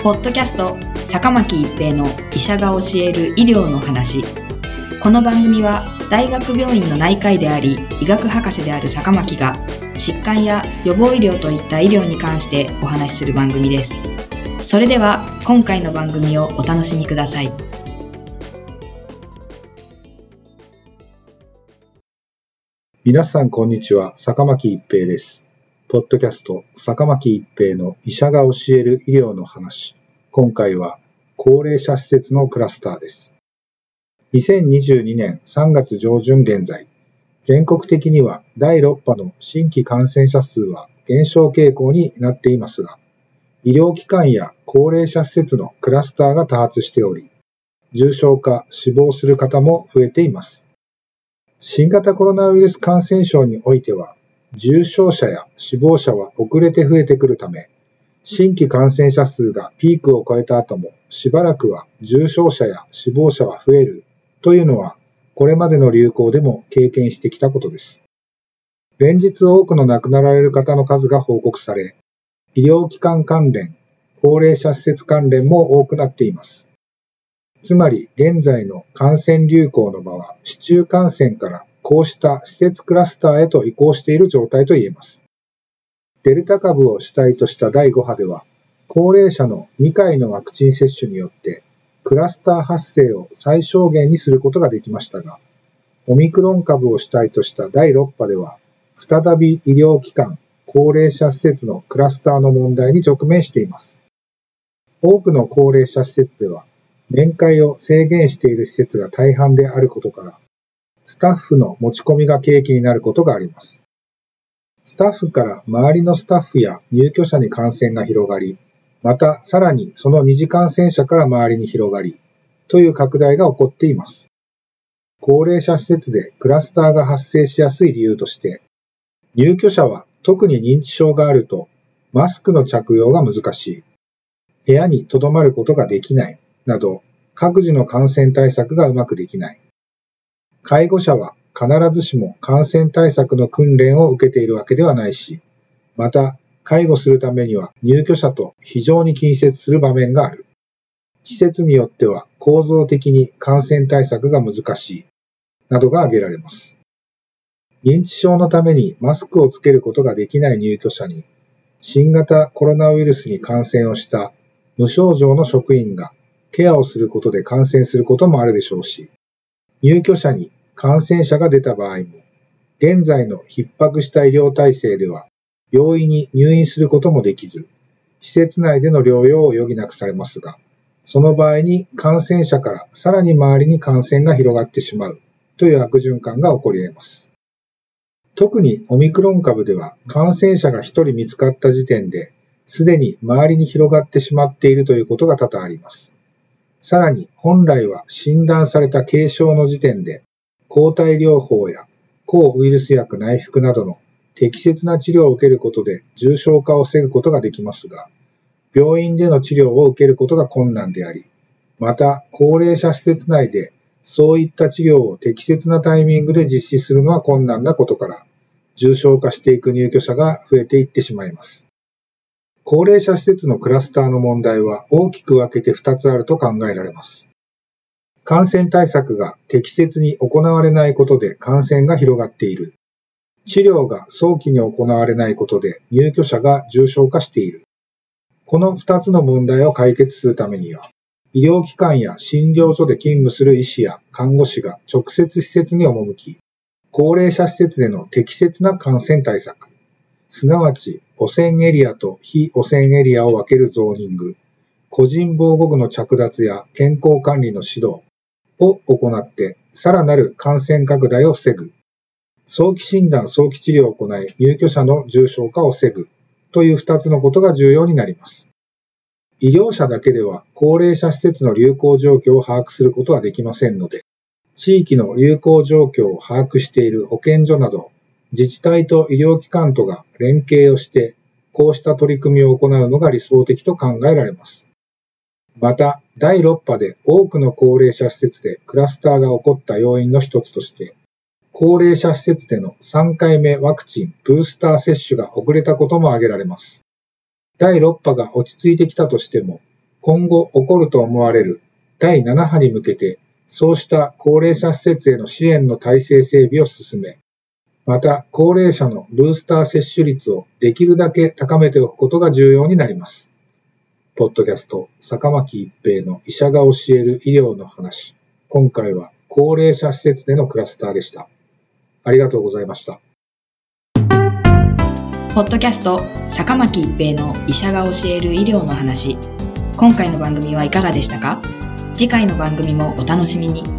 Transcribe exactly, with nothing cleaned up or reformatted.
ポッドキャスト坂巻一平の医者が教える医療の話。この番組は大学病院の内科医であり医学博士である坂巻が疾患や予防医療といった医療に関してお話しする番組です。それでは今回の番組をお楽しみください。 皆さんこんにちは、坂巻一平です。ポッドキャスト坂巻一平の医者が教える医療の話。今回は高齢者施設のクラスターです。にせんにじゅうにねんさんがつ上旬現在、全国的にはだいろく波の新規感染者数は減少傾向になっていますが、医療機関や高齢者施設のクラスターが多発しており、重症化、死亡する方も増えています。新型コロナウイルス感染症においては、重症者や死亡者は遅れて増えてくるため、新規感染者数がピークを超えた後もしばらくは重症者や死亡者は増えるというのは、これまでの流行でも経験してきたことです。連日多くの亡くなられる方の数が報告され、医療機関関連、高齢者施設関連も多くなっています。つまり現在の感染流行の場は市中感染からこうした施設クラスターへと移行している状態と言えます。デルタ株を主体としただいご波では、高齢者のにかいのワクチン接種によってクラスター発生を最小限にすることができましたが、オミクロン株を主体としただいろく波では、再び医療機関、高齢者施設のクラスターの問題に直面しています。多くの高齢者施設では、面会を制限している施設が大半であることから、スタッフの持ち込みが契機になることがあります。スタッフから周りのスタッフや入居者に感染が広がり、またさらにその二次感染者から周りに広がり、という拡大が起こっています。高齢者施設でクラスターが発生しやすい理由として、入居者は特に認知症があると、マスクの着用が難しい、部屋に留まることができない、など、各自の感染対策がうまくできない。介護者は必ずしも感染対策の訓練を受けているわけではないし、また、介護するためには入居者と非常に近接する場面がある。施設によっては構造的に感染対策が難しい、などが挙げられます。認知症のためにマスクをつけることができない入居者に、新型コロナウイルスに感染をした無症状の職員がケアをすることで感染することもあるでしょうし、入居者に感染者が出た場合も、現在の逼迫した医療体制では、病院に入院することもできず、施設内での療養を余儀なくされますが、その場合に感染者からさらに周りに感染が広がってしまうという悪循環が起こり得ます。特にオミクロン株では感染者がひとり見つかった時点で、すでに周りに広がってしまっているということが多々あります。さらに本来は診断された軽症の時点で抗体療法や抗ウイルス薬内服などの適切な治療を受けることで重症化を防ぐことができますが、病院での治療を受けることが困難であり、また高齢者施設内でそういった治療を適切なタイミングで実施するのは困難なことから、重症化していく入居者が増えていってしまいます。高齢者施設のクラスターの問題は大きく分けてふたつあると考えられます。感染対策が適切に行われないことで感染が広がっている。治療が早期に行われないことで入居者が重症化している。このふたつの問題を解決するためには、医療機関や診療所で勤務する医師や看護師が直接施設に赴き、高齢者施設での適切な感染対策、すなわち汚染エリアと非汚染エリアを分けるゾーニング、個人防護具の着脱や健康管理の指導を行って、さらなる感染拡大を防ぐ、早期診断・早期治療を行い入居者の重症化を防ぐというふたつのことが重要になります。医療者だけでは高齢者施設の流行状況を把握することはできませんので、地域の流行状況を把握している保健所など、自治体と医療機関とが連携をして、こうした取り組みを行うのが理想的と考えられます。また、だいろく波で多くの高齢者施設でクラスターが起こった要因の一つとして、高齢者施設でのさんかいめワクチンブースター接種が遅れたことも挙げられます。だいろく波が落ち着いてきたとしても、 今後起こると思われるだいなな波に向けて、そうした高齢者施設への支援の体制整備を進め、また高齢者のブースター接種率をできるだけ高めておくことが重要になります。ポッドキャスト坂巻一平の医者が教える医療の話。今回は高齢者施設でのクラスターでした。ありがとうございました。 ポッドキャスト坂巻一平の医者が教える医療の話。今回の番組はいかがでしたか？次回の番組もお楽しみに。